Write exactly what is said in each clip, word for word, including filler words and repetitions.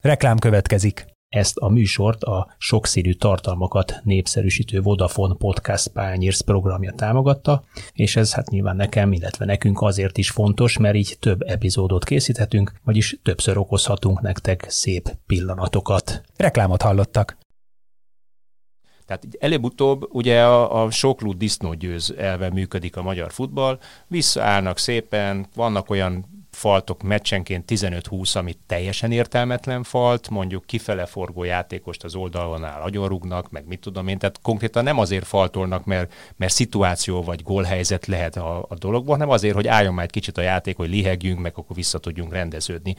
Reklám következik. Ezt a műsort a sokszínű tartalmakat népszerűsítő Vodafone Podcast Pioneers programja támogatta, és ez hát nyilván nekem, illetve nekünk azért is fontos, mert így több epizódot készíthetünk, vagyis többször okozhatunk nektek szép pillanatokat. Reklámot hallottak. Tehát előbb-utóbb ugye a, a soklú disznó győz elve működik a magyar futball, visszaállnak szépen, vannak olyan faltok meccsenként tizenöt-húsz, amit teljesen értelmetlen falt, mondjuk kifele forgó játékost az oldalonál agyonrúgnak, meg mit tudom én, tehát konkrétan nem azért faltolnak, mert, mert szituáció vagy gólhelyzet lehet a, a dologban, hanem azért, hogy álljon már egy kicsit a játék, hogy lihegjünk, meg akkor vissza tudjunk rendeződni.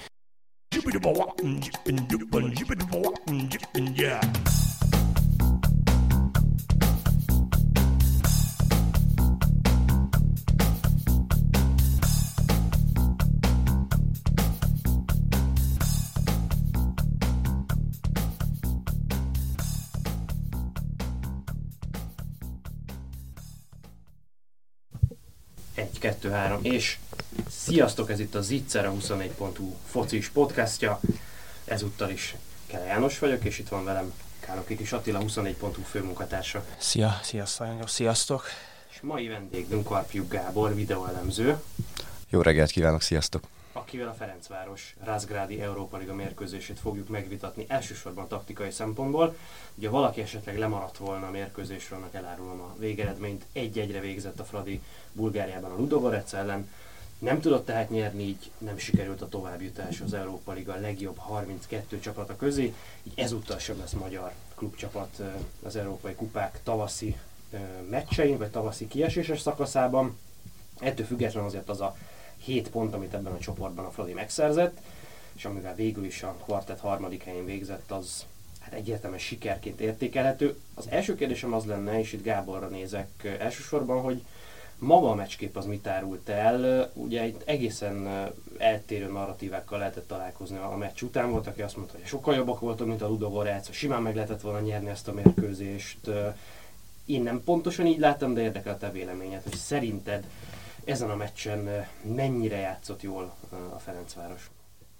egy, kettő, három, és sziasztok, ez itt a Zicser, a huszonnégy pont hu focis podcastja. Ezúttal is Kele János vagyok, és itt van velem Kálnokitis Attila, huszonnégy pont hu főmunkatársa. Szia, sziasztok, sziasztok! És mai vendégünk Karpiuk Gábor, videóelemző. Jó reggelt kívánok, sziasztok! Akivel a Ferencváros Razgradi Európa Liga mérkőzését fogjuk megvitatni elsősorban taktikai szempontból. Ugye valaki esetleg lemaradt volna a mérkőzésről, annak elárulom a végeredményt. egy-egyre végzett a Fradi Bulgáriában a Ludogorec ellen. Nem tudott tehát nyerni, így nem sikerült a továbbjutás az Európa Liga legjobb harminckettő csapata közé. Így ezúttal sem lesz magyar klubcsapat az európai kupák tavaszi meccsein, vagy tavaszi kieséses szakaszában. Ettől függetlenül azért az a hét pont, amit ebben a csoportban a Fradi megszerzett, és amivel végül is a kvartett harmadik helyén végzett, az hát egyértelműen sikerként értékelhető. Az első kérdésem az lenne, és itt Gáborra nézek elsősorban, hogy maga a meccskép az mit árult el. Ugye itt egészen eltérő narratívákkal lehetett találkozni a meccs után. Volt, aki azt mondta, hogy sokkal jobbak voltunk, mint a Ludogorec, simán meg lehetett volna nyerni ezt a mérkőzést. Én nem pontosan így láttam, de érdekel a te véleményed, hogy szerinted ezen a meccsen mennyire játszott jól a Ferencváros?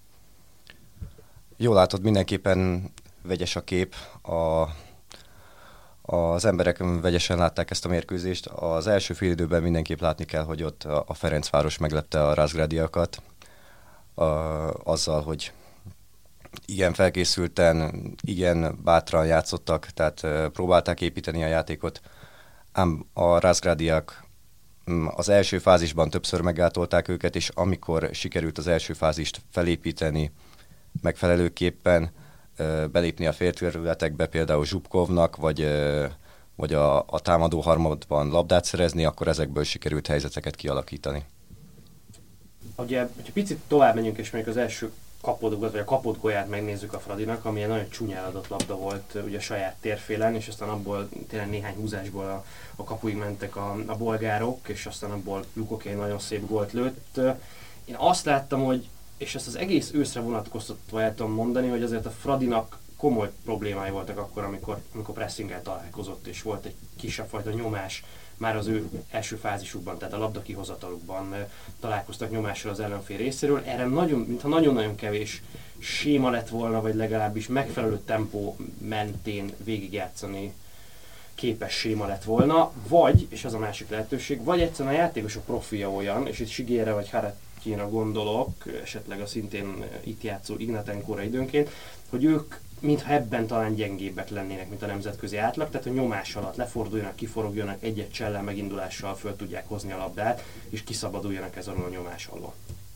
Jól látod, mindenképpen vegyes a kép. A, az emberek vegyesen látták ezt a mérkőzést. Az első fél időben mindenképp látni kell, hogy ott a Ferencváros meglepte a Razgradiakat a, azzal, hogy igen felkészülten, igen bátran játszottak, tehát próbálták építeni a játékot, ám a Razgradiak az első fázisban többször meggátolták őket, és amikor sikerült az első fázist felépíteni megfelelőképpen, belépni a félterületekbe, például Zsubkovnak, vagy, vagy a, a támadó harmadban labdát szerezni, akkor ezekből sikerült helyzeteket kialakítani. Ugye, hogyha picit tovább menjünk, és még az első kapott, vagy a kapott gólját megnézzük a Fradinak, ami egy nagyon csúnyán adott labda volt ugye a saját térfélen, és aztán abból tényleg néhány húzásból a, a kapuig mentek a, a bolgárok, és aztán abból Lukoké nagyon szép gólt lőtt. Én azt láttam, hogy, és ezt az egész őszre vonatkoztatva el tudom mondani, hogy azért a Fradinak komoly problémái voltak akkor, amikor, amikor pressinggel találkozott, és volt egy kisebb fajta nyomás már az ő első fázisukban, tehát a labda kihozatalukban találkoztak nyomással az ellenfél részéről. Erre nagyon, mintha nagyon-nagyon kevés séma lett volna, vagy legalábbis megfelelő tempó mentén végigjátszani képes séma lett volna, vagy, és ez a másik lehetőség, vagy egyszerűen a játékosok profilja olyan, és itt Sigére vagy Haretyina gondolok, esetleg a szintén itt játszó Ignatenkóra időnként, hogy ők mintha ebben talán gyengébbek lennének, mint a nemzetközi átlag, tehát a nyomás alatt leforduljanak, kiforogjanak, egy-egy csellel megindulással föl tudják hozni a labdát, és kiszabaduljanak ez alól a nyomás alól.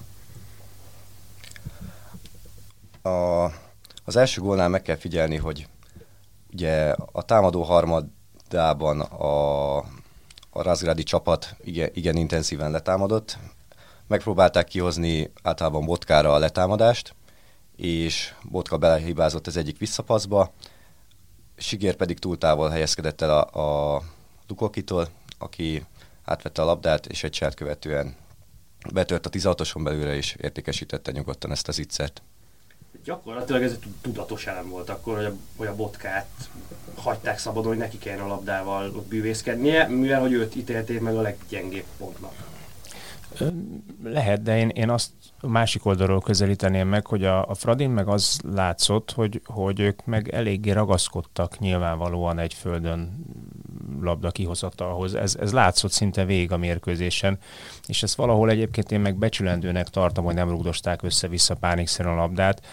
A, az első gólnál meg kell figyelni, hogy ugye a támadó harmadában a, a Razgradi csapat igen, igen intenzíven letámadott, megpróbálták kihozni általában Botkára a letámadást, és Botka belehibázott az egyik visszapaszba, Sigér pedig túl távol helyezkedett el a, a Lukokitól, aki átvette a labdát, és egy cselt követően betört a tizenhatoson belőle, és értékesítette nyugodtan ezt az Zicsert. Gyakorlatilag ez egy tudatos elem volt akkor, hogy a, hogy a Botkát hagyták szabadon, hogy neki kellene a labdával ott bűvészkednie, mivel hogy őt ítélték meg a leggyengébb pontnak. Lehet, de én, én azt a másik oldalról közelíteném meg, hogy a, a Fradin meg az látszott, hogy, hogy ők meg eléggé ragaszkodtak nyilvánvalóan egy földön labda kihozatalhoz. Ez, ez látszott szinte végig a mérkőzésen, és ezt valahol egyébként én meg becsülendőnek tartom, hogy nem rugdosták össze-vissza pánikszerűen a labdát.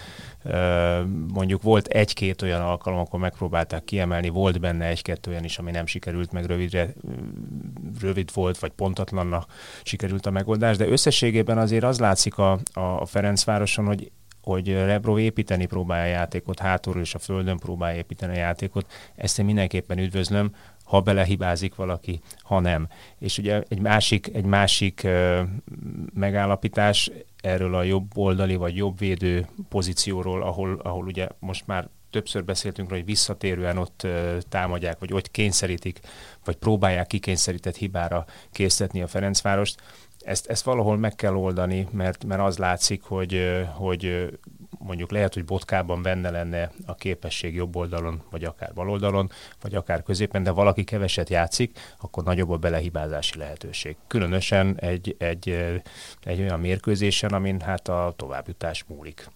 Mondjuk volt egy-két olyan alkalom, akkor megpróbálták kiemelni, volt benne egy-kettő olyan is, ami nem sikerült, meg rövidre, rövid volt, vagy pontatlannak sikerült a megoldás, de összességében azért az látszik a, a Ferencvároson, hogy hogy Rebrov építeni próbálja a játékot, hátulról és a földön próbálja építeni a játékot. Ezt én mindenképpen üdvözlöm, ha belehibázik valaki, ha nem. És ugye egy másik, egy másik uh, megállapítás erről a jobb oldali vagy jobb védő pozícióról, ahol, ahol ugye most már többször beszéltünk, hogy visszatérően ott uh, támadják, vagy ott kényszerítik, vagy próbálják kikényszerített hibára késztetni a Ferencvárost. Ezt, ezt valahol meg kell oldani, mert, mert az látszik, hogy, hogy mondjuk lehet, hogy Botkában benne lenne a képesség jobb oldalon, vagy akár bal oldalon, vagy akár középen, de valaki keveset játszik, akkor nagyobb a belehibázási lehetőség. Különösen egy, egy, egy olyan mérkőzésen, amin hát a továbbjutás múlik.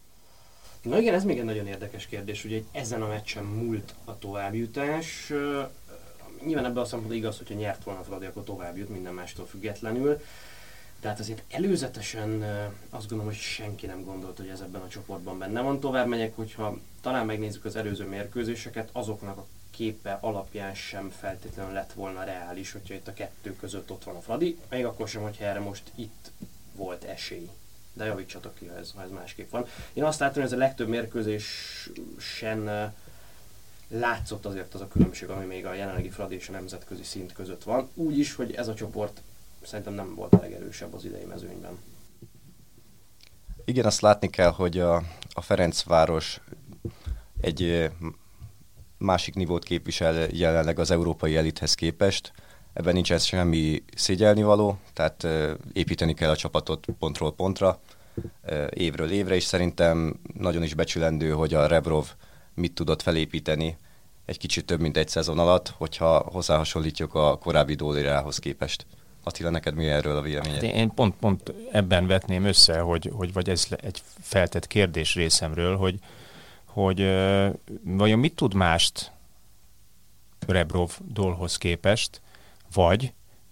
Na igen, ez még egy nagyon érdekes kérdés, ugye ezen a meccsen múlt a továbbjutás. Nyilván ebben a szempontból igaz, hogyha nyert volna a Fradi, akkor tovább jut minden mástól függetlenül. Tehát azért előzetesen azt gondolom, hogy senki nem gondolt, hogy ez ebben a csoportban benne van. Tovább megyek, hogyha talán megnézzük az előző mérkőzéseket, azoknak a képe alapján sem feltétlenül lett volna reális, hogyha itt a kettő között ott van a Fradi. Még akkor sem, hogyha erre most itt volt esély. De javítsatok ki, ha ez, ha ez másképp van. Én azt látom, hogy ez a legtöbb mérkőzésen látszott azért az a különbség, ami még a jelenlegi Fradi és a nemzetközi szint között van. Úgy is, hogy ez a csoport szerintem nem volt a legerősebb az idei mezőnyben. Igen, azt látni kell, hogy a, a Ferencváros egy másik nivót képvisel jelenleg az európai elithez képest. Ebben nincs ez semmi szégyelnivaló, tehát építeni kell a csapatot pontról pontra, évről évre, és szerintem nagyon is becsülendő, hogy a Rebrov mit tudott felépíteni egy kicsit több mint egy szezon alatt, hogyha hozzáhasonlítjuk a korábbi Dólirához képest. Attila, neked mi erről a véleményed? Hát én pont, pont ebben vetném össze, hogy, hogy vagy ez egy feltett kérdés részemről, hogy, hogy uh, vajon mit tud mást Rebrov Dolhoz képest, vagy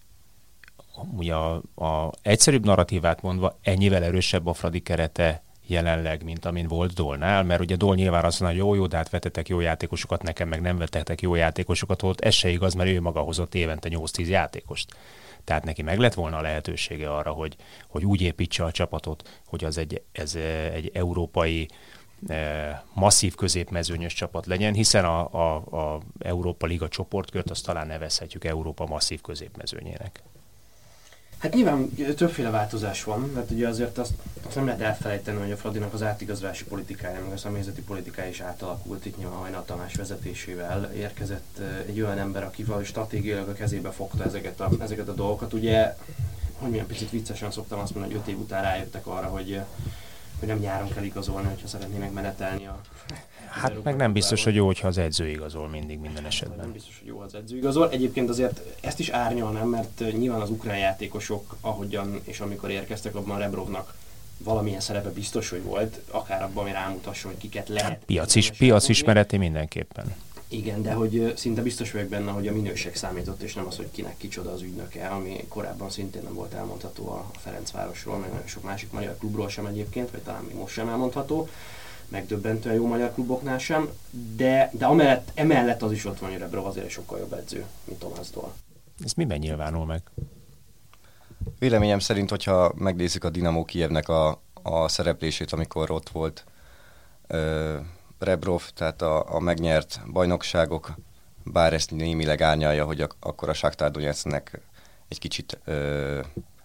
ugye a, a egyszerűbb narratívát mondva ennyivel erősebb a Fradi kerete jelenleg, mint amin volt Dolnál, mert ugye Dol nyilván azt mondja, hogy jó, jó, de hát vetetek jó játékosokat, nekem meg nem vetettek jó játékosokat, volt ez se igaz, mert ő maga hozott évente nyolc-tíz játékost. Tehát neki meg lett volna a lehetősége arra, hogy, hogy úgy építse a csapatot, hogy az egy, ez egy európai masszív középmezőnyös csapat legyen, hiszen a, a, a Európa Liga csoportkört azt talán nevezhetjük Európa masszív középmezőnyének. Hát nyilván többféle változás van, mert ugye azért azt, azt nem lehet elfelejteni, hogy a Fradinak az átigazolási politikája, meg a személyzeti politikája is átalakult. Itt nyilván Hajnal Tamás vezetésével érkezett egy olyan ember, akivel stratégiailag a kezébe fogta ezeket a, ezeket a dolgokat. Ugye, hogy milyen picit viccesen szoktam azt mondani, hogy öt év után rájöttek arra, hogy, hogy nem nyáron kell igazolni, hogyha szeretnének menetelni a... Hát meg nem biztos, hogy jó, hogyha az edző igazol mindig minden esetben. Nem biztos, hogy jó az edző igazol. Egyébként azért ezt is árnyalnám, mert nyilván az ukrán játékosok, ahogyan és amikor érkeztek, abban Rebrovnak valamilyen szerepe biztos, hogy volt, akár abban, ami rámutasson, hogy kiket lehet. Piac is, piac ismereti mindenképpen. Igen, de hogy szinte biztos vagyok benne, hogy a minőség számított, és nem az, hogy kinek kicsoda az ügynöke, ami korábban szintén nem volt elmondható a Ferencvárosról, meg nagyon sok másik magyar klubról sem egyébként, vagy talán még most sem elmondható. Megdöbbentően jó magyar kluboknál sem, de, de amellett, emellett az is ott van, hogy Rebrov azért sokkal jobb edző, mint Tomás Dol. Ez miben nyilvánul meg? Véleményem szerint, hogyha megnézzük a Dinamo Kijevnek a, a szereplését, amikor ott volt uh, Rebrov, tehát a, a megnyert bajnokságok, bár ezt némileg árnyalja, hogy a, akkor a Shakhtar Donetsknek egy kicsit, uh,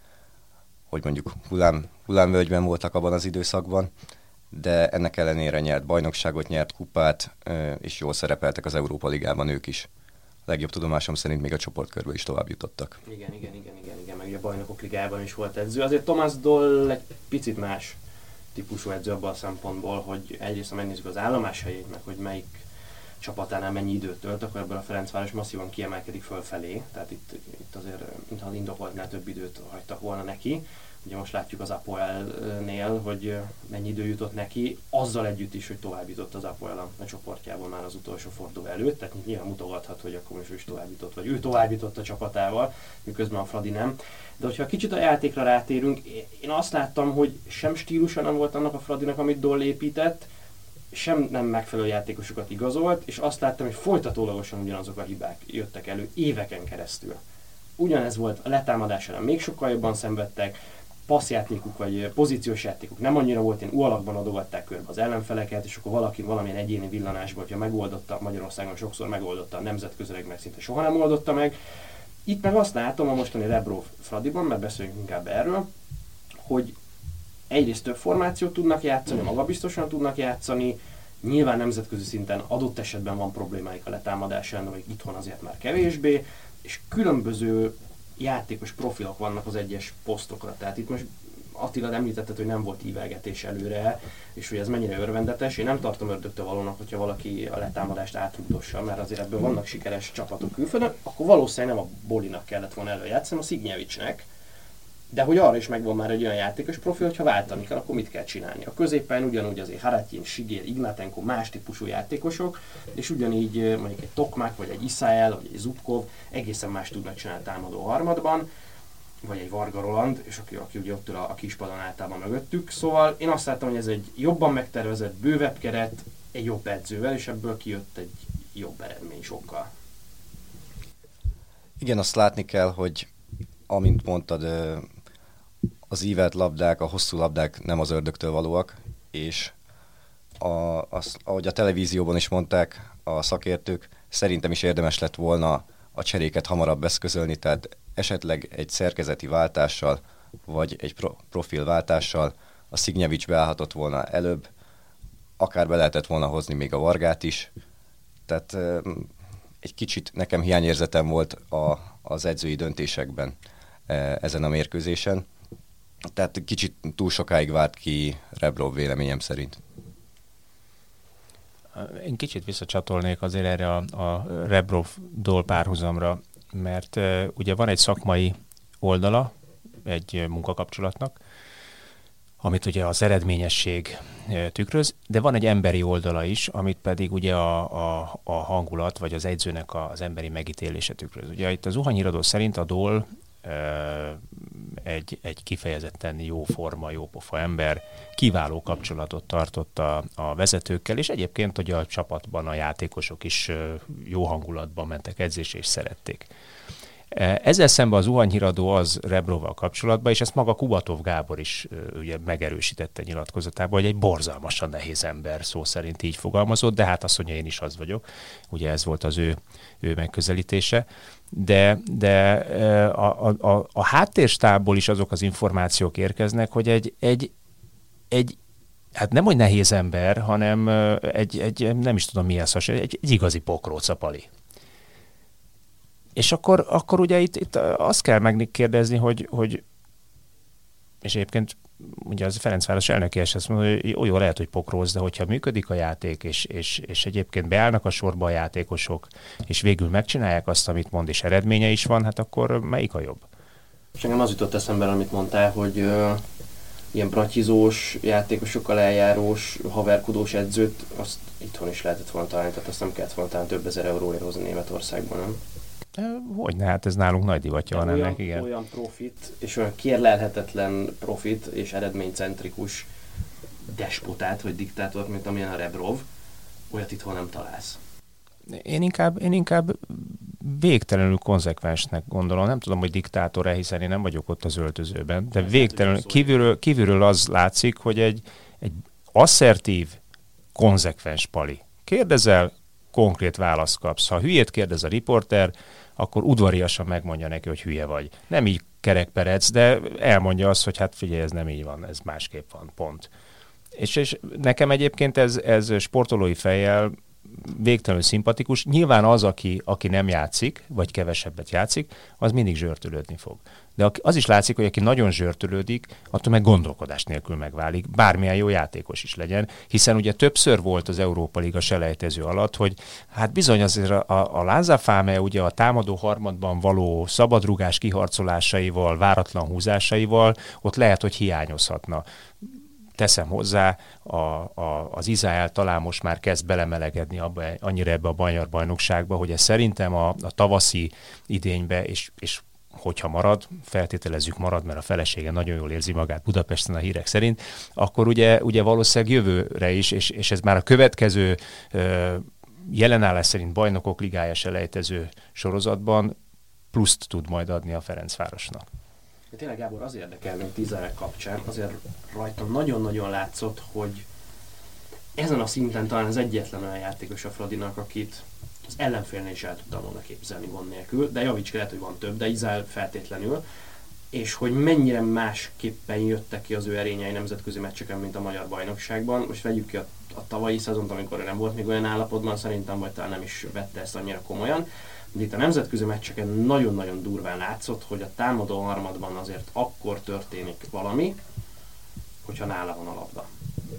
hogy mondjuk hullám, hullámvölgyben voltak abban az időszakban, de ennek ellenére nyert bajnokságot, nyert kupát, és jól szerepeltek az Európa Ligában ők is. A legjobb tudomásom szerint még a csoportkörből is tovább jutottak. Igen, igen, igen, igen, igen, meg ugye a Bajnokok Ligában is volt edző. Azért Tomás Doll egy picit más típusú edző abban a szempontból, hogy egyrészt, ha megnézzük az állomás helyét, meg hogy melyik csapatánál mennyi időt tölt, akkor ebből a Ferencváros masszívan kiemelkedik fölfelé, tehát itt, itt azért, mintha indokoltnál több időt hagytak volna neki. Ugye most látjuk az Apoelnél, hogy mennyi idő jutott neki, azzal együtt is, hogy tovább jutott az Apoel a, a csoportjában már az utolsó forduló előtt, tehát nyilván mutogathat, hogy akkor most ő is tovább jutott, vagy ő tovább jutott a csapatával, miközben a Fradi nem. De hogyha kicsit a játékra rátérünk, én azt láttam, hogy sem stílusa nem volt annak a Fradinak, amit Doll épített, sem nem megfelelő játékosokat igazolt, és azt láttam, hogy folytatólagosan ugyanazok a hibák jöttek elő éveken keresztül. Ugyanez volt a letámadás ellen, még sokkal jobban szenvedtek, passzjátékuk vagy pozíciós játékuk nem annyira volt, én U-alakban adogatták körbe az ellenfeleket, és akkor valaki valamilyen egyéni villanásból, hogyha megoldotta, Magyarországon sokszor megoldotta, nemzetközileg meg szinte soha nem oldotta meg. Itt meg azt látom a mostani Rebrov Fradiban, mert beszéljünk inkább erről, hogy egyrészt több formációt tudnak játszani, magabiztosan tudnak játszani, nyilván nemzetközi szinten adott esetben van problémáik a letámadás ellen, vagy itthon azért már kevésbé, és különböző játékos profilok vannak az egyes posztokra. Tehát itt most Attila említetted, hogy nem volt ívelgetés előre, és hogy ez mennyire örvendetes. Én nem tartom ördögtől valónak, hogyha valaki a letámadást átrugdossa, mert azért ebből vannak sikeres csapatok külföldön, akkor valószínűleg nem a Bolinak kellett volna előjátszani, a Szignyevicsnek. De hogy arra is megvan már egy olyan játékos profil, hogyha váltani kell, akkor mit kell csinálni. A középen ugyanúgy azért Haratyin, Sigér, Ignatenko, más típusú játékosok, és ugyanígy mondjuk egy Tokmak, vagy egy Iszáel, vagy egy Zubkov egészen más tudnak csinálni támadó harmadban, vagy egy Varga Roland, és aki, aki ugye ott ül a, a kispadon általában mögöttük. Szóval én azt láttam, hogy ez egy jobban megtervezett, bővebb keret, egy jobb edzővel, és ebből kijött egy jobb eredmény sokkal. Igen, azt látni kell, hogy amint mondtad, az ívelt labdák, a hosszú labdák nem az ördögtől valóak, és a, az, ahogy a televízióban is mondták a szakértők, szerintem is érdemes lett volna a cseréket hamarabb eszközölni, tehát esetleg egy szerkezeti váltással, vagy egy pro, profilváltással a Szignyevics beállhatott volna előbb, akár be lehetett volna hozni még a Vargát is, tehát egy kicsit nekem hiányérzetem volt a, az edzői döntésekben ezen a mérkőzésen. Tehát kicsit túl sokáig várt ki Rebrov véleményem szerint. Én kicsit visszacsatolnék azért erre a, a Rebrov-Doll párhuzamra, mert uh, ugye van egy szakmai oldala egy munkakapcsolatnak, amit ugye az eredményesség uh, tükröz, de van egy emberi oldala is, amit pedig ugye a, a, a hangulat, vagy az edzőnek az emberi megítélése tükröz. Ugye itt az zuhanyhíradó szerint a Doll Egy, egy kifejezetten jó forma, jó pofa ember, kiváló kapcsolatot tartott a, a vezetőkkel, és egyébként, hogy a csapatban a játékosok is jó hangulatban mentek edzésre, és szerették. Ezzel szemben az zuhanyhíradó az Rebrovval kapcsolatban, és ezt maga Kubatov Gábor is ugye megerősítette nyilatkozatában, hogy egy borzalmasan nehéz ember, szó szerint így fogalmazott, de hát azt mondja, én is az vagyok. Ugye ez volt az ő, ő megközelítése. De, de a, a, a, a háttérstábból is azok az információk érkeznek, hogy egy, egy, egy hát nem hogy nehéz ember, hanem egy, egy nem is tudom mihez hasonló, egy, egy igazi pokróc a Pali. És akkor, akkor ugye itt, itt azt kell megkérdezni, hogy, hogy és egyébként ugye az Ferencváros elnöke is azt mondja, hogy jó, jó, lehet, hogy pokróc, de hogyha működik a játék, és, és, és egyébként beállnak a sorba a játékosok, és végül megcsinálják azt, amit mond, és eredménye is van, hát akkor melyik a jobb? És engem az jutott eszembe, amit mondtál, hogy uh, ilyen bratizós, játékosokkal eljárós, haverkodós edzőt, azt itthon is lehetett volna találni, tehát azt nem kellett volna talán több ezer euróért hozni Németországban, nem? Hogyne, hát ez nálunk nagy divatja van ennek, igen. Olyan profit, és olyan kérlelhetetlen profit, és eredménycentrikus despotát, vagy diktátort, mint amilyen a Rebrov, olyat itthon nem találsz. Én inkább, én inkább végtelenül konzekvensnek gondolom. Nem tudom, hogy diktátor-e, hiszen én nem vagyok ott az öltözőben, de végtelenül, kívülről, kívülről az látszik, hogy egy, egy asszertív, konzekvens Pali. Kérdezel, konkrét választ kapsz. Ha hülyét kérdez a riporter, akkor udvariasan megmondja neki, hogy hülye vagy. Nem így kerekperec, de elmondja azt, hogy hát figyelj, ez nem így van, ez másképp van, pont. És, és nekem egyébként ez, ez sportolói fejjel végtelenül szimpatikus. Nyilván az, aki, aki nem játszik, vagy kevesebbet játszik, az mindig zsörtölődni fog. De az is látszik, hogy aki nagyon zsörtölődik, attól meg gondolkodás nélkül megválik, bármilyen jó játékos is legyen, hiszen ugye többször volt az Európa Liga selejtező alatt, hogy hát bizony azért a, a, a Lázafáme ugye a támadó harmadban való szabadrugás kiharcolásaival, váratlan húzásaival, ott lehet, hogy hiányozhatna. Teszem hozzá, a, a, az Izrael talán most már kezd belemelegedni abba, annyira ebbe a magyar bajnokságba, hogy ez szerintem a, a tavaszi idénybe, és, és hogyha marad, feltételezzük marad, mert a felesége nagyon jól érzi magát Budapesten a hírek szerint, akkor ugye, ugye valószínűleg jövőre is, és, és ez már a következő ö, jelenállás szerint bajnokok ligája selejtező sorozatban pluszt tud majd adni a Ferencvárosnak. De tényleg, Gábor, az érdekel még Izrael kapcsán, azért rajtam nagyon-nagyon látszott, hogy ezen a szinten talán az egyetlen olyan játékos a Fradinak, akit az ellenfélnél is el tudtam volna képzelni gond nélkül, de javíts ki, lehet, hogy van több, de Izrael feltétlenül, és hogy mennyire másképpen jöttek ki az ő erényei nemzetközi meccseken, mint a magyar bajnokságban. Most vegyük ki a, a tavalyi szezont, amikor nem volt még olyan állapotban, szerintem, vagy talán nem is vette ezt annyira komolyan. De itt a nemzetközi meccseken nagyon-nagyon durván látszott, hogy a támadó harmadban azért akkor történik valami, hogyha nála van a labda.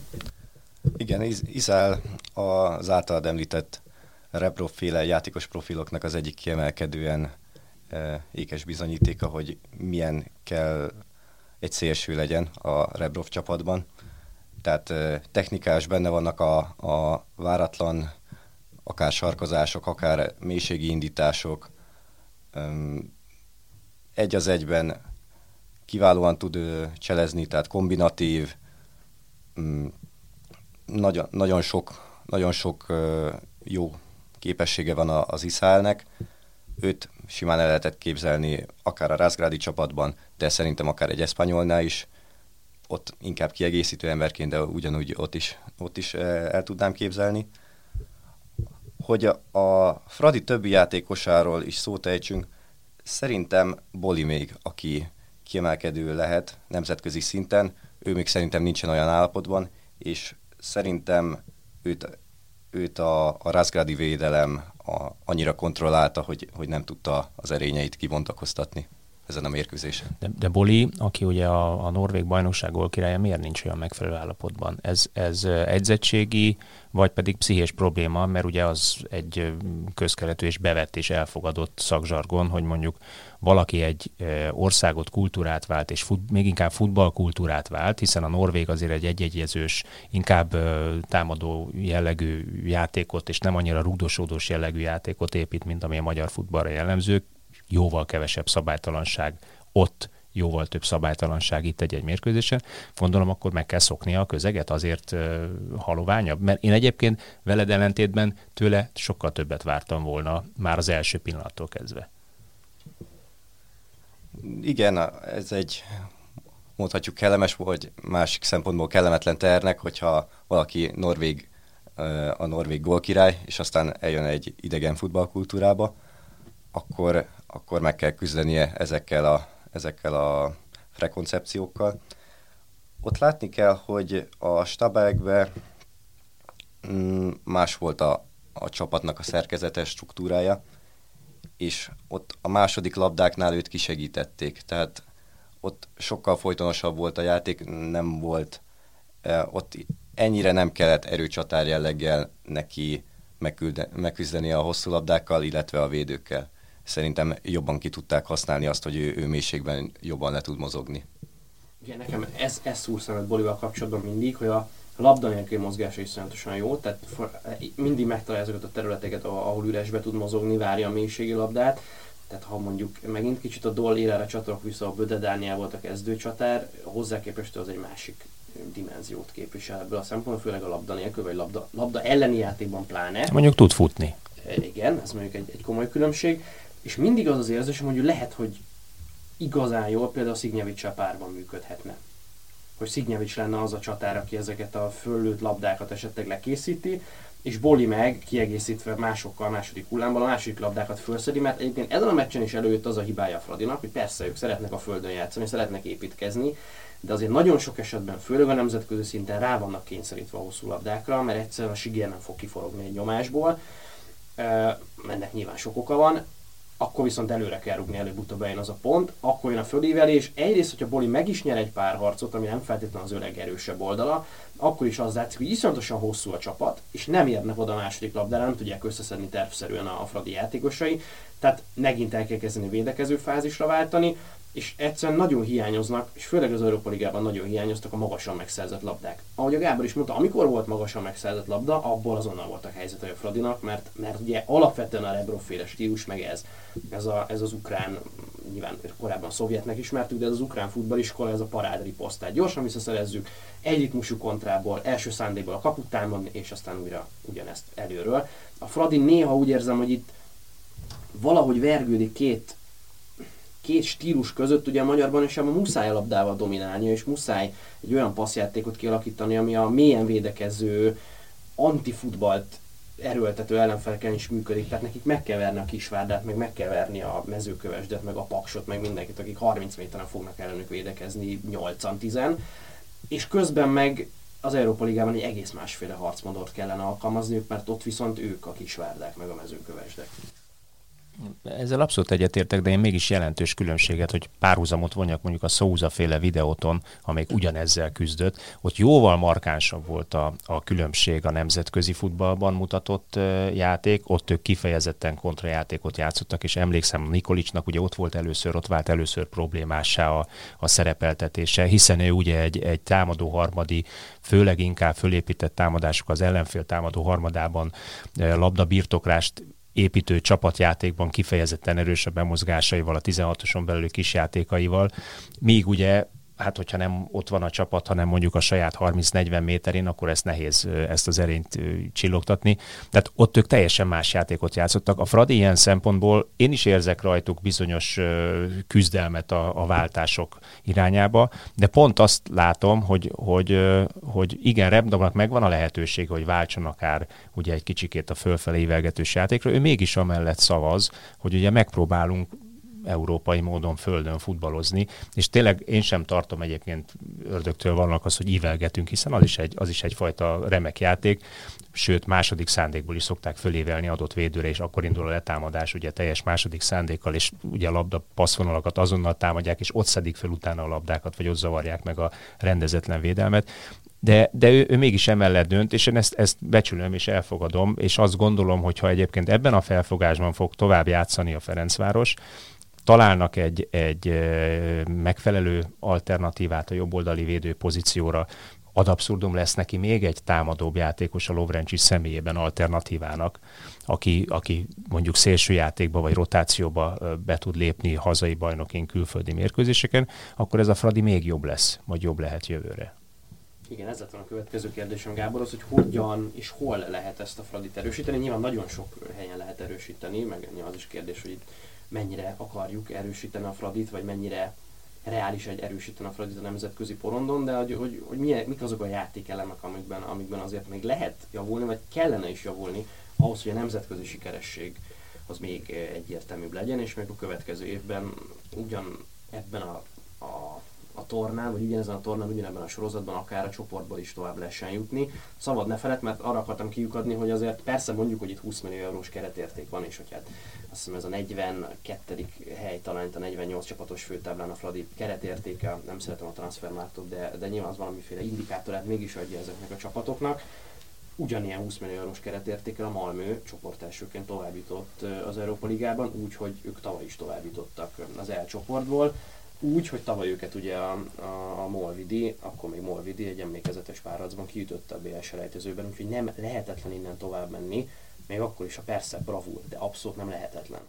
Igen, Izrael az általad említett Rebrov-féle játékos profiloknak az egyik kiemelkedően e, ékes bizonyítéka, hogy milyen kell egy szélső legyen a Rebrov csapatban. Tehát e, technikás, benne vannak a, a váratlan akár sarkozások, akár mélységi indítások. Um, egy az egyben kiválóan tud ő cselezni, tehát kombinatív, um, nagyon, nagyon sok, nagyon sok uh, jó képessége van az Izraelnek. Őt simán el lehetett képzelni akár a Razgradi csapatban, de szerintem akár egy Espanyolnál is. Ott inkább kiegészítő emberként, de ugyanúgy ott is, ott is el tudnám képzelni. Hogy a, a Fradi többi játékosáról is szót ejtsünk, szerintem Boli még, aki kiemelkedő lehet nemzetközi szinten, ő még szerintem nincsen olyan állapotban, és szerintem őt, őt a, a Razgradi védelem a, annyira kontrollálta, hogy, hogy nem tudta az erényeit kibontakoztatni ezen a mérkőzésen. De, de Boli, aki ugye a, a norvég bajnokság gólkirálya, miért nincs olyan megfelelő állapotban? Ez, ez edzettségi, vagy pedig pszichés probléma, mert ugye az egy közkeletű és bevett és elfogadott szakzsargon, hogy mondjuk valaki egy országot, kultúrát vált, és fut, még inkább futballkultúrát vált, hiszen a norvég azért egy egyegyezős, inkább támadó jellegű játékot, és nem annyira rugdosódós jellegű játékot épít, mint ami a magyar futballra jellemző. Jóval kevesebb szabálytalanság ott, jóval több szabálytalanság itt egy-egy mérkőzésen. Gondolom, akkor meg kell szoknia a közeget, azért uh, haloványabb. Mert én egyébként veled ellentétben tőle sokkal többet vártam volna már az első pillanattól kezdve. Igen, ez egy, mondhatjuk kellemes, vagy másik szempontból kellemetlen ternek, hogyha valaki norvég, a norvég gólkirály, és aztán eljön egy idegen futballkultúrába, akkor, akkor meg kell küzdenie ezekkel a, ezekkel a prekoncepciókkal. Ott látni kell, hogy a Stabækben mm, más volt a, a csapatnak a szerkezetes struktúrája, és ott a második labdáknál őt kisegítették. Tehát ott sokkal folytonosabb volt a játék, nem volt, eh, ott ennyire nem kellett erőcsatár jelleggel neki megküzdeni a hosszú labdákkal, illetve a védőkkel. Szerintem jobban ki tudták használni azt, hogy ő, ő mélységben jobban le tud mozogni. Igen, nekem ez, ez szúr szemet Bolival kapcsolatban mindig, hogy a labda nélkül mozgása is szonyatosan jó, tehát mindig megtalálja azokat a területeket, ahol üresbe tud mozogni, várja a mélységi labdát. Tehát ha mondjuk megint kicsit a Doll érára csatolok vissza, a Böde Dániel volt a kezdőcsatár, hozzá képest az egy másik dimenziót képvisel ebből a szempontból, főleg a labda nélkül, vagy labda, labda elleni játékban pláne. Mondjuk tud futni. Igen, ez mondjuk egy, egy komoly különbség. És mindig az az érzésem, hogy lehet, hogy igazán jól például Szignyevics-sel párban működhetne. Hogy Szignyevics lenne az a csatár, aki ezeket a föllőtt labdákat esetleg lekészíti, és Boli meg kiegészítve másokkal a második hullámban a második labdákat fölszedi, mert egyébként ezen a meccsen is előjött az a hibája a Fradinak, hogy persze ők szeretnek a földön játszani, szeretnek építkezni, de azért nagyon sok esetben, főleg a nemzetközi szinten rá vannak kényszerítve a hosszú labdákra, mert egyszerűen a Siger nem fog kiforogni egy nyomásból. Ennek nyilván sok oka van, akkor viszont előre kell rúgni, előbb-utóbb bejön az a pont, akkor jön a fölívelés. Egyrészt, hogyha Boli meg is nyer egy pár harcot, ami nem feltétlenül az ő legerősebb oldala, akkor is az látszik, hogy iszonyatosan hosszú a csapat, és nem érnek oda a második labdára, nem tudják összeszedni tervszerűen a, a Fradi játékosai, tehát megint el kell kezdeni védekező fázisra váltani, és egyszerűen nagyon hiányoznak, és főleg az Európa Ligában nagyon hiányoztak a magasan megszerzett labdák. Ahogy a Gábor is mondta, amikor volt magasan megszerzett labda, abból azonnal voltak helyzetek a Fradinak, mert, mert ugye alapvetően a Rebrov-féle stílus, meg ez, ez, a, ez az ukrán, nyilván korábban szovjetnek ismertük, de ez az ukrán futballiskola, ez a parádriposzt. Tehát gyorsan visszaszerezzük, egy ritmusú kontrából, első szándékból a kaput támadni, és aztán újra ugyanezt előről. A Fradi néha úgy érzem, hogy itt valahogy vergődik két két stílus között, ugye a magyarban is abban muszáj a labdával dominálnia, és muszáj egy olyan passzjátékot kialakítani, ami a mélyen védekező, antifutballt erőltető ellenfeleken is működik, tehát nekik meg kell verni a Kisvárdát, meg meg kell verni a Mezőkövesdet, meg a Paksot, meg mindenkit, akik harminc méteren fognak ellenük védekezni, nyolcan tízen, és közben meg az Európa Ligában egy egész másféle harcmodort kellene alkalmazniuk, mert ott viszont ők a Kisvárdák, meg a Mezőkövesdek. Ezzel abszolút egyetértek, de én mégis jelentős különbséget, hogy párhuzamot vonjak mondjuk a Sousa féle videóton, amelyik ugyanezzel küzdött, ott jóval markánsabb volt a, a különbség a nemzetközi futballban mutatott uh, játék, ott ők kifejezetten kontrajátékot játszottak, és emlékszem, Nikolicsnak ugye ott volt először, ott vált először problémássá a, a szerepeltetése, hiszen ő ugye egy, egy támadó harmadi, főleg inkább fölépített támadások az ellenfél támadó harmadában uh, labdabirtoklást építő csapatjátékban kifejezetten erősebb bemozgásaival, a tizenhatoson belüli kisjátékaival, míg ugye, hát hogyha nem ott van a csapat, hanem mondjuk a saját harminc-negyven méterén, akkor ezt nehéz ezt az erényt csillogtatni. Tehát ott ők teljesen más játékot játszottak. A Fradi ilyen szempontból én is érzek rajtuk bizonyos küzdelmet a, a váltások irányába, de pont azt látom, hogy, hogy, hogy igen, Rebdobnak megvan a lehetőség, hogy váltson akár ugye egy kicsikét a fölfelé ívelgetős játékra, ő mégis amellett szavaz, hogy ugye megpróbálunk európai módon földön futballozni, és tényleg én sem tartom egyébként ördögtől vannak az, hogy ívelgetünk, hiszen az is, egy, az is egyfajta remek játék, sőt második szándékból is szokták fölévelni adott védőre, és akkor indul a letámadás, ugye teljes második szándékkal, és ugye a labda passzvonalakat azonnal támadják, és ott szedik fel utána a labdákat, vagy ott zavarják meg a rendezetlen védelmet. De, de ő, ő mégis emellett dönt, és én ezt, ezt becsülöm és elfogadom, és azt gondolom, hogy ha egyébként ebben a felfogásban fog tovább játszani a Ferencváros, találnak egy, egy megfelelő alternatívát a jobboldali védő pozícióra, ad abszurdum lesz neki még egy támadóbb játékos a Lovrencsics személyében alternatívának, aki, aki mondjuk szélsőjátékba vagy rotációba be tud lépni hazai bajnokin külföldi mérkőzéseken, akkor ez a Fradi még jobb lesz, vagy jobb lehet jövőre. Igen, ez lett a következő kérdésem, Gábor, az, hogy hogyan és hol lehet ezt a Fradit erősíteni. Nyilván nagyon sok helyen lehet erősíteni, meg az is kérdés, hogy itt mennyire akarjuk erősíteni a Fradit, vagy mennyire reális egy erősíteni a Fradit a nemzetközi porondon, de hogy, hogy, hogy milyen, mik azok a játékelemek, amikben, amikben azért még lehet javulni, vagy kellene is javulni, ahhoz, hogy a nemzetközi sikeresség az még egyértelműbb legyen, és még a következő évben ugyan ebben a, a, a tornán, vagy ugyanezen a tornán, ugyanebben a sorozatban akár a csoportból is tovább lehessen jutni. Szabad ne feled, mert arra akartam kiukadni, hogy azért persze mondjuk, hogy itt húsz millió eurós keretérték van, és hogy hát azt hiszem ez a negyvenkettedik hely, talán itt a negyvennyolc csapatos főtáblán a Fradi keretértéke, nem szeretem a transfermártot, de, de nyilván az valamiféle indikátorát mégis adja ezeknek a csapatoknak. Ugyanilyen húsz millió eurós keretértékkel a Malmö csoportelsőként továbbjutott az Európa Ligában, úgy, hogy ők tavaly is továbbjutottak az E csoportból. Úgy, hogy tavaly őket ugye a, a, a Molvidi, akkor még Molvidi egy emlékezetes párharcban kiütötte a bé el selejtezőben, úgyhogy nem lehetetlen innen tovább menni, még akkor is a persze bravúr, de abszolút nem lehetetlen.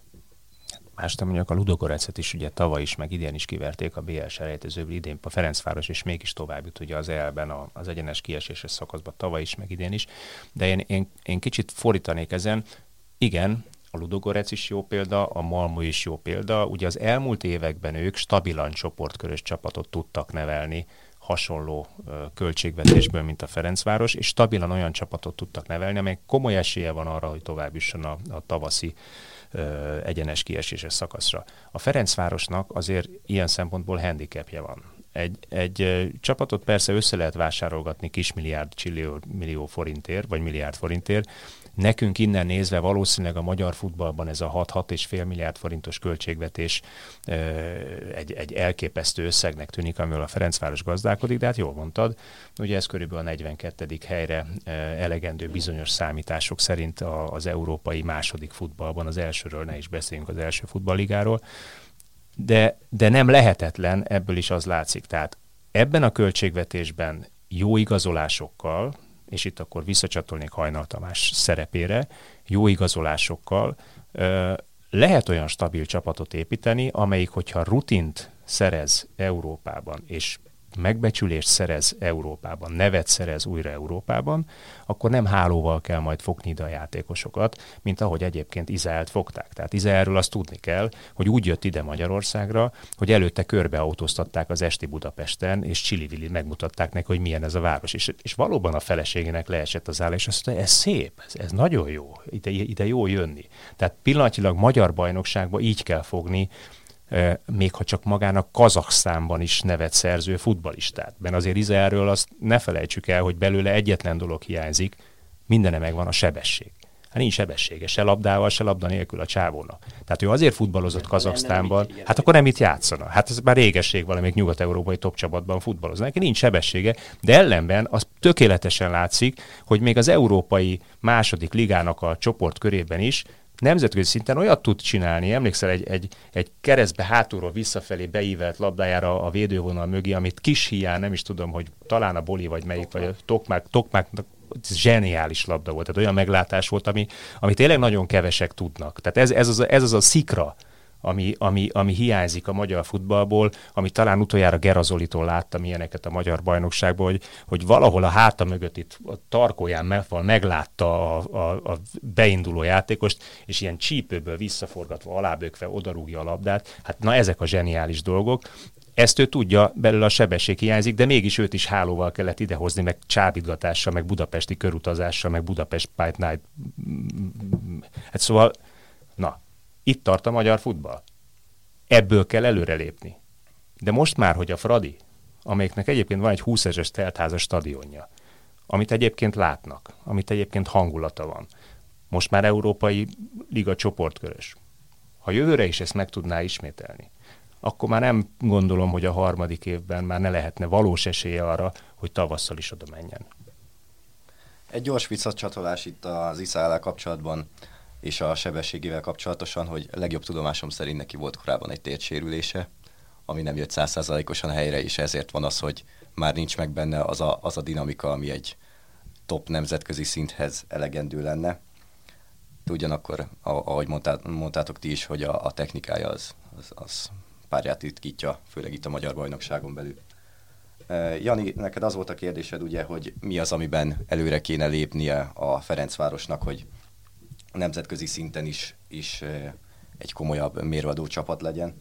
Mástam mondjuk a Ludogorecet is ugye tavaly is, meg idén is kiverték a bé el selejtezőből, idén a Ferencváros, és mégis tovább jut ugye az E el-ben az egyenes kieséses szakaszban tavaly is, meg idén is. De én, én, én kicsit fordítanék ezen. Igen, a Ludogorec is jó példa, a Malmö is jó példa. Ugye az elmúlt években ők stabilan csoportkörös csapatot tudtak nevelni, hasonló ö, költségvetésből, mint a Ferencváros, és stabilan olyan csapatot tudtak nevelni, amely komoly esélye van arra, hogy tovább jusson a, a tavaszi ö, egyenes kieséses szakaszra. A Ferencvárosnak azért ilyen szempontból handicapje van. Egy, egy csapatot persze össze lehet vásárolgatni kismilliárd csillió millió forintért, vagy milliárd forintért. Nekünk innen nézve valószínűleg a magyar futballban ez a hat-hat és fél milliárd forintos költségvetés egy, egy elképesztő összegnek tűnik, amivel a Ferencváros gazdálkodik, de hát jól mondtad, ugye ez körülbelül a negyvenkettedik helyre elegendő bizonyos számítások szerint az európai második futballban, az elsőről ne is beszéljünk, az első futballligáról, de, de nem lehetetlen, ebből is az látszik. Tehát ebben a költségvetésben jó igazolásokkal, és itt akkor visszacsatolnék Hajnal Tamás szerepére, jó igazolásokkal ö, lehet olyan stabil csapatot építeni, amelyik, hogyha rutint szerez Európában, és megbecsülést szerez Európában, nevet szerez újra Európában, akkor nem hálóval kell majd fogni ide a játékosokat, mint ahogy egyébként Izraelt fogták. Tehát Izraelről azt tudni kell, hogy úgy jött ide Magyarországra, hogy előtte körbeautóztatták az esti Budapesten, és csili-vili megmutatták neki, hogy milyen ez a város. És, és valóban a feleségének leesett az áll, és azt mondta, ez szép, ez, ez nagyon jó, ide, ide jó jönni. Tehát pillanatilag magyar bajnokságban így kell fogni, még ha csak magának Kazaksztánban is nevet szerző futballistát. Mert azért Izraelről azt ne felejtsük el, hogy belőle egyetlen dolog hiányzik, mindene megvan, a sebesség. Hát nincs sebessége, se labdával, se labda nélkül a csávónak. Tehát ő azért futballozott Kazaksztánban, hát akkor nem itt játszana. Hát ez már régesség valamelyik nyugat-európai top csapatban futballozni. Neki nincs sebessége, de ellenben az tökéletesen látszik, hogy még az európai második ligának a csoport körében is nemzetközi szinten olyat tud csinálni, emlékszel, egy, egy, egy keresztbe hátulról visszafelé beívelt labdájára a védővonal mögé, amit kis hiány, nem is tudom, hogy talán a Boli vagy melyik, vagy a Tokmák, Tokmáknak zseniális labda volt, tehát olyan meglátás volt, ami, ami tényleg nagyon kevesek tudnak. Tehát ez, ez, az, ez az a szikra, ami, ami, ami hiányzik a magyar futballból, ami talán utoljára Gerazolitól láttam ilyeneket a magyar bajnokságban, hogy, hogy valahol a háta mögött itt a tarkóján megvan, meglátta a, a, a beinduló játékost, és ilyen csípőből visszaforgatva, alábökve odarúgja a labdát. Hát na ezek a zseniális dolgok. Ezt ő tudja, belőle a sebesség hiányzik, de mégis őt is hálóval kellett idehozni, meg csábítgatással, meg budapesti körutazással, meg Budapest Pipe Night. Hát szóval, na, itt tart a magyar futball. Ebből kell előrelépni. De most már, hogy a Fradi, amelyiknek egyébként van egy húszezres teltházas stadionja, amit egyébként látnak, amit egyébként hangulata van, most már Európai Liga csoportkörös. Ha jövőre is ezt meg tudná ismételni, akkor már nem gondolom, hogy a harmadik évben már ne lehetne valós esélye arra, hogy tavasszal is oda menjen. Egy gyors visszacsatolás itt az Iszállal kapcsolatban, és a sebességével kapcsolatosan, hogy legjobb tudomásom szerint neki volt korábban egy térdsérülése, ami nem jött száz százalékosan helyre, és ezért van az, hogy már nincs meg benne az a, az a dinamika, ami egy top nemzetközi szinthez elegendő lenne. De ugyanakkor, ahogy mondtá, mondtátok ti is, hogy a, a technikája az, az, az párját ritkítja, főleg itt a magyar bajnokságon belül. Jani, neked az volt a kérdésed, ugye, hogy mi az, amiben előre kéne lépnie a Ferencvárosnak, hogy nemzetközi szinten is, is egy komolyabb mérvadó csapat legyen.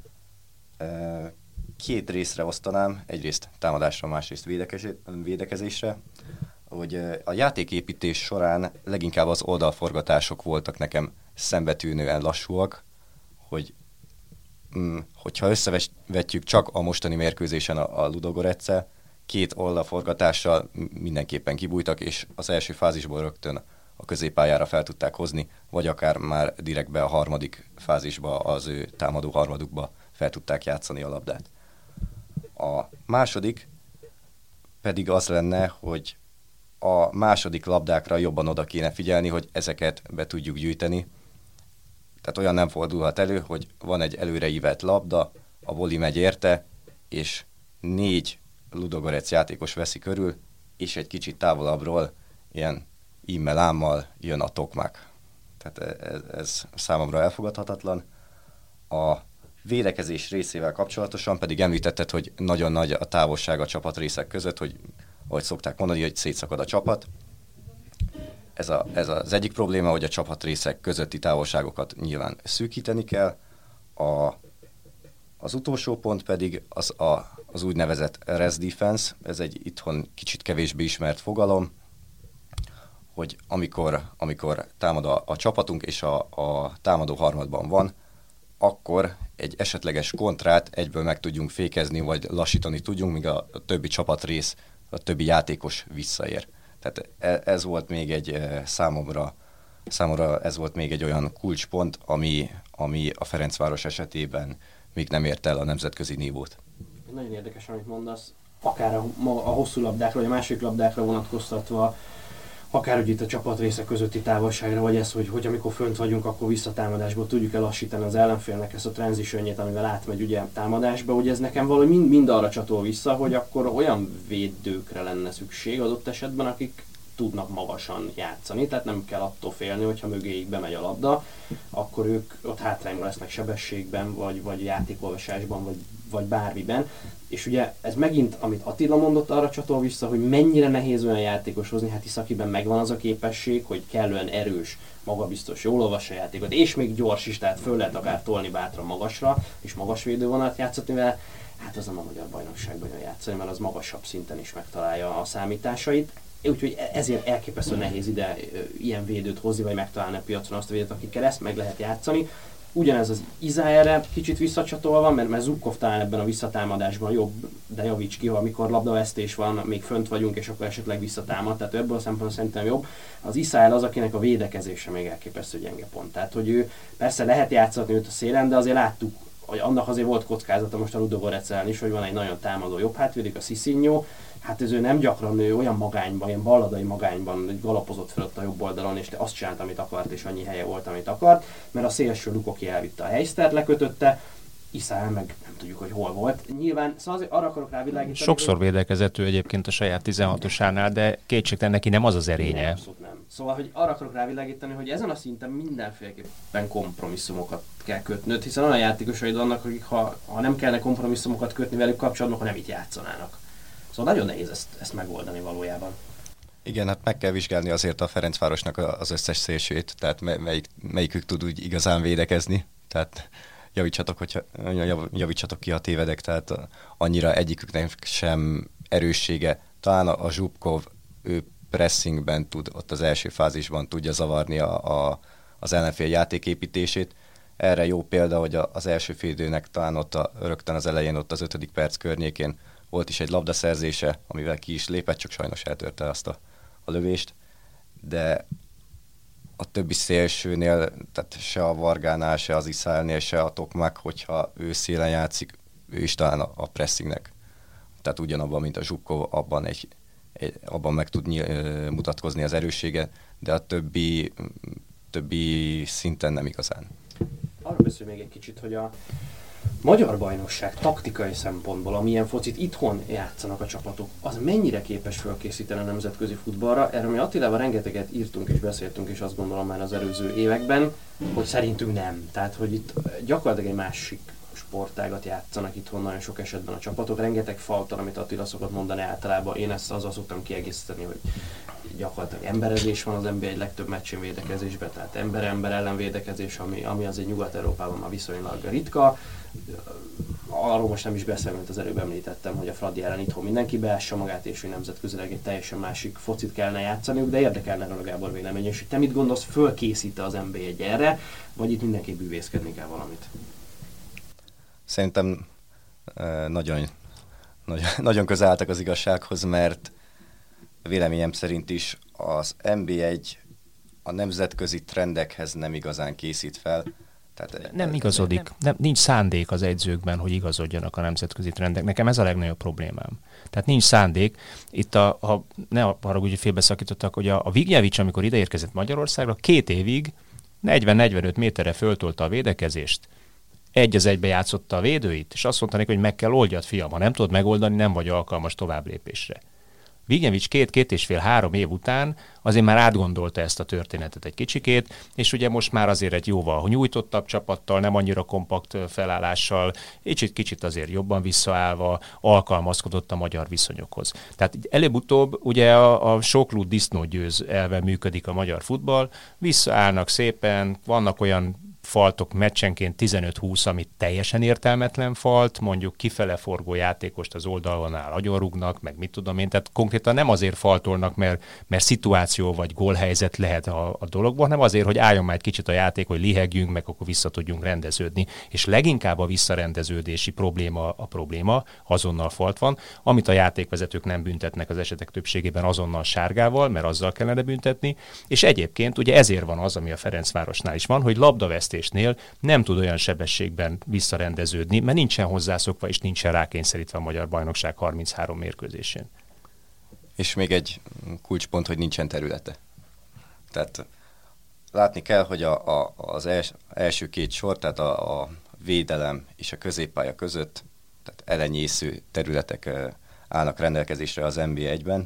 Két részre osztanám, egyrészt támadásra, másrészt védekezésre, hogy a játéképítés során leginkább az oldalforgatások voltak nekem szembetűnően lassúak, hogy hogyha összevetjük csak a mostani mérkőzésen a, a Ludogoretszel, két oldalforgatással mindenképpen kibújtak, és az első fázisból rögtön a középpályára fel tudták hozni, vagy akár már direktbe a harmadik fázisba, az ő támadó harmadukba fel tudták játszani a labdát. A második pedig az lenne, hogy a második labdákra jobban oda kéne figyelni, hogy ezeket be tudjuk gyűjteni. Tehát olyan nem fordulhat elő, hogy van egy előreívelt labda, a voli megy érte, és négy Ludogorec játékos veszi körül, és egy kicsit távolabbról ilyen immel-ámmal jön a Tokmák. Tehát ez, ez számomra elfogadhatatlan. A védekezés részével kapcsolatosan pedig említetted, hogy nagyon nagy a távolság a csapatrészek között, hogy ahogy szokták mondani, hogy szétszakad a csapat. Ez, a, ez az egyik probléma, hogy a csapatrészek közötti távolságokat nyilván szűkíteni kell. A, az utolsó pont pedig az, a, az úgynevezett rest defense, ez egy itthon kicsit kevésbé ismert fogalom, hogy amikor, amikor támad a, a csapatunk és a, a támadó harmadban van, akkor egy esetleges kontrát egyből meg tudjunk fékezni, vagy lassítani tudjunk, míg a, a többi csapatrész, a többi játékos visszaér. Tehát ez volt még egy számomra, számomra ez volt még egy olyan kulcspont, ami, ami a Ferencváros esetében még nem ért el a nemzetközi nívót. Nagyon érdekes, amit mondasz, akár a, a hosszú labdákra, vagy a másik labdákra vonatkoztatva, akár hogy itt a csapatrészek közötti távolságra, vagy ez, hogy, hogy amikor fönt vagyunk, akkor visszatámadásból tudjuk elassítani az ellenfélnek ezt a transitionjét, amivel átmegy ugye támadásba, ugye ez nekem valahogy mind, mind arra csatol vissza, hogy akkor olyan védőkre lenne szükség adott esetben, akik tudnak magasan játszani, tehát nem kell attól félni, hogyha mögéig bemegy a labda, akkor ők ott hátrányban lesznek sebességben, vagy, vagy játékolvasásban, vagy, vagy bármiben. És ugye ez megint, amit Attila mondott, arra csatol vissza, hogy mennyire nehéz olyan játékos hozni, hát hisz akiben megvan az a képesség, hogy kellően erős, magabiztos, jól olvassa a játékot, és még gyors is, tehát föl lehet akár tolni bátran magasra, és magas védővonalat játszatni vele, hát az nem a magyar bajnokságban jön játszani, mert az magasabb szinten is megtalálja a számításait. Úgyhogy ezért elképesztően nehéz ide ilyen védőt hozni, vagy megtalálni a piacon azt a védőt, akikkel ezt meg lehet játszani. Ugyanez az Izáerre kicsit visszacsatolva, mert, mert Zubkov talán ebben a visszatámadásban jobb, de javíts ki, amikor labdavesztés van, még fönt vagyunk, és akkor esetleg visszatámad, tehát ebből a szempontból szerintem jobb. Az Izáer az, akinek a védekezése még elképesztő gyenge pont. Tehát, hogy ő persze lehet játszatni őt a szélen, de azért láttuk, hogy annak azért volt kockázata most a Ludogorec ellen is, hogy van egy nagyon támadó jobb hátvédik, a Sisignó. Hát ez ő nem gyakran ő olyan magányban, ilyen balladai magányban galapozott fel ott a jobb oldalon, és azt csinált, amit akart, és annyi helye volt, amit akart, mert a szélső Lukoki elvitte a helysztert, lekötötte, Iszáel meg nem tudjuk, hogy hol volt. Nyilván, szóval azért arra akarok rávilágítani. Sokszor védekezett ő egyébként a saját tizenhatosánál, de kétségtelen neki nem az az erénye. Nem, abszolút nem. Szóval, hogy arra akarok rávilágítani, hogy ezen a szinten mindenféleképpen kompromisszumokat kell kötnöd, hiszen olyan játékosaid vannak, akik ha, ha nem kellene kompromisszumokat kötni velük kapcsolatban, akkor nem itt játszanának. Szóval nagyon nehéz ezt, ezt megoldani valójában. Igen, hát meg kell vizsgálni azért a Ferencvárosnak az összes szélsőjét, tehát melyik, melyikük tud úgy igazán védekezni, tehát javítsatok, hogyha, javítsatok ki, ha tévedek, tehát annyira egyiküknek sem erőssége. Talán a, a Zsubkov, ő pressingben tud, ott az első fázisban tudja zavarni a, a, az ellenfél játéképítését. Erre jó példa, hogy a, az első félidőnek talán ott a, rögtön az elején, ott az ötödik perc környékén volt is egy labdaszerzése, amivel ki is lépett, csak sajnos eltörte azt a, a lövést, de a többi szélsőnél, tehát se a Vargánál, se az Iszáelnél, se a Tokmak, hogyha ő szélen játszik, ő is talán a, a pressingnek, tehát ugyanabban, mint a Zsubkov, abban, egy, egy, abban meg tud nyil, mutatkozni az erőssége, de a többi, többi szinten nem igazán. Arra beszélj még egy kicsit, hogy a magyar bajnokság taktikai szempontból, amilyen focit itthon játszanak a csapatok, az mennyire képes felkészíteni a nemzetközi futballra? Erről mi Attilával rengeteget írtunk és beszéltünk, és azt gondolom már az előző években, hogy szerintünk nem. Tehát, hogy itt gyakorlatilag egy másik sportágat játszanak itthon nagyon sok esetben a csapatok. Rengeteg faltal, amit Attila szokott mondani általában, én ezt azzal szoktam kiegészíteni, hogy gyakorlatilag emberezés van az en bé egy legtöbb meccsén védekezésben, tehát ember-ember ellen védekezés, ami, ami azért Nyugat-Európában már viszonylag ritka. Arról most nem is beszélünk, mint az előbb említettem, hogy a Fradi ellen itthon mindenki beássa magát, és hogy nemzetközileg egy teljesen másik focit kellene játszaniuk, de érdekelne erről a Gábor vélemény, és hogy te mit gondolsz, fölkészít-e az en bé egy erre, vagy itt mindenki bűvészkedni kell valamit? Szerintem nagyon, nagyon, nagyon közel álltak az igazsághoz, mert véleményem szerint is az en bé egy a nemzetközi trendekhez nem igazán készít fel. Tehát nem igazodik, nem, nincs szándék az edzőkben, hogy igazodjanak a nemzetközi trendek. Nekem ez a legnagyobb problémám. Tehát nincs szándék. Itt a, ha ne arra úgy félbeszakítottak, hogy a, a Vignyávics, amikor ideérkezett Magyarországra, két évig negyven-negyvenöt méterre föltolta a védekezést. Egy az egybe játszotta a védőit, és azt mondta neki, hogy meg kell oldjad, fiam, ha nem tudod megoldani, nem vagy alkalmas továbblépésre. Vignyávics két-két és fél három év után azért már átgondolta ezt a történetet egy kicsikét, és ugye most már azért egy jóval nyújtottabb csapattal, nem annyira kompakt felállással, kicsit-kicsit azért jobban visszaállva alkalmazkodott a magyar viszonyokhoz. Tehát előbb-utóbb ugye a, a soklút disznó győz elve működik a magyar futball, visszaállnak szépen, vannak olyan faltok meccsenként tizenöt-húsz, amit teljesen értelmetlen falt, mondjuk kifele forgó játékost az oldalonál agyonrúgnak, meg mit tudom én, tehát konkrétan nem azért faltolnak, mert, mert szituáció vagy gólhelyzet lehet a, a dologban, hanem azért, hogy álljon már egy kicsit a játék, hogy lihegjünk, meg akkor vissza tudjunk rendeződni. És leginkább a visszarendeződési probléma a probléma, azonnal falt van, amit a játékvezetők nem büntetnek az esetek többségében azonnal sárgával, mert azzal kellene büntetni, és egyébként ugye ezért van az, ami a Ferencvárosnál is van, hogy labdavesztésnél nem tud olyan sebességben visszarendeződni, mert nincsen hozzászokva és nincsen rákényszerítve a magyar bajnokság harminchárom mérkőzésén. És még egy kulcspont, hogy nincsen területe. Tehát látni kell, hogy a, a, az els, első két sor, tehát a, a védelem és a középpálya között, tehát elenyésző területek állnak rendelkezésre az en bé egyben.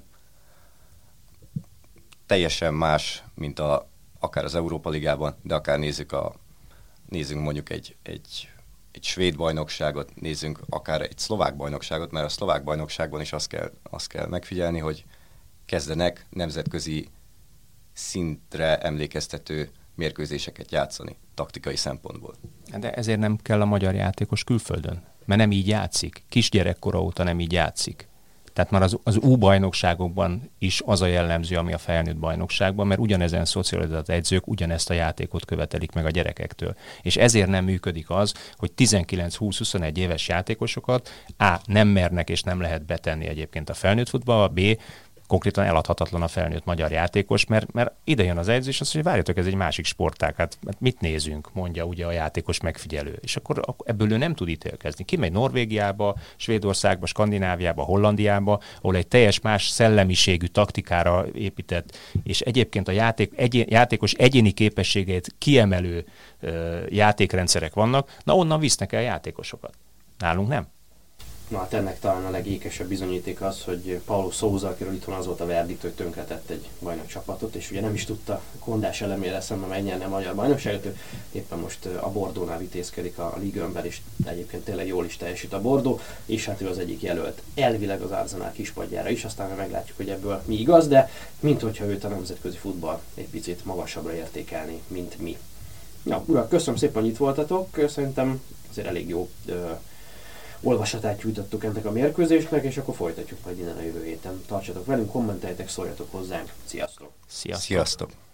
Teljesen más, mint a, akár az Európa Ligában, de akár nézzük, a, nézzünk mondjuk egy, egy, egy svéd bajnokságot, nézzünk akár egy szlovák bajnokságot, mert a szlovák bajnokságban is azt kell, azt kell megfigyelni, hogy kezdenek nemzetközi szintre emlékeztető mérkőzéseket játszani, taktikai szempontból. De ezért nem kell a magyar játékos külföldön, mert nem így játszik. Kisgyerekkora óta nem így játszik. Tehát már az, az U-bajnokságokban is az a jellemző, ami a felnőtt bajnokságban, mert ugyanezen szocializált edzők ugyanezt a játékot követelik meg a gyerekektől. És ezért nem működik az, hogy tizenkilenc-húsz-huszonegy éves játékosokat A. nem mernek és nem lehet betenni egyébként a felnőtt futballba, B. konkrétan eladhatatlan a felnőtt magyar játékos, mert, mert ide jön az edzés, azt mondja, hogy várjatok, ez egy másik sportág, hát mit nézünk, mondja ugye a játékos megfigyelő. És akkor ebből ő nem tud ítélkezni. Kimegy Norvégiába, Svédországba, Skandináviába, Hollandiába, ahol egy teljes más szellemiségű taktikára épített, és egyébként a játék, egyén, játékos egyéni képességeit kiemelő ö, játékrendszerek vannak, na onnan visznek el játékosokat. Nálunk nem. Na hát ennek talán a legékesebb bizonyíték az, hogy Paulo Sousa, akiről itt van az volt a verdikt, hogy tönkretett egy bajnok csapatot, és ugye nem is tudta Kondás elemére szemben megnyerni a magyar bajnokságot, ő éppen most a Bordeauxnál vitézkedik a Ligue egy-ben, és egyébként tényleg jól is teljesít a Bordeaux, és hát ő az egyik jelölt elvileg az Arsenal kispadjára is, aztán meglátjuk, hogy ebből mi igaz, de mint hogyha őt a nemzetközi futball egy picit magasabbra értékelni, mint mi. Ja, urak, köszönöm szépen, hogy itt voltatok, szerintem azért elég jó ö, olvasatát nyújtottuk ennek a mérkőzésnek, és akkor folytatjuk majd innen a jövő héten. Tartsatok velünk, kommenteljetek, szóljatok hozzánk. Sziasztok! Sziasztok! Sziasztok.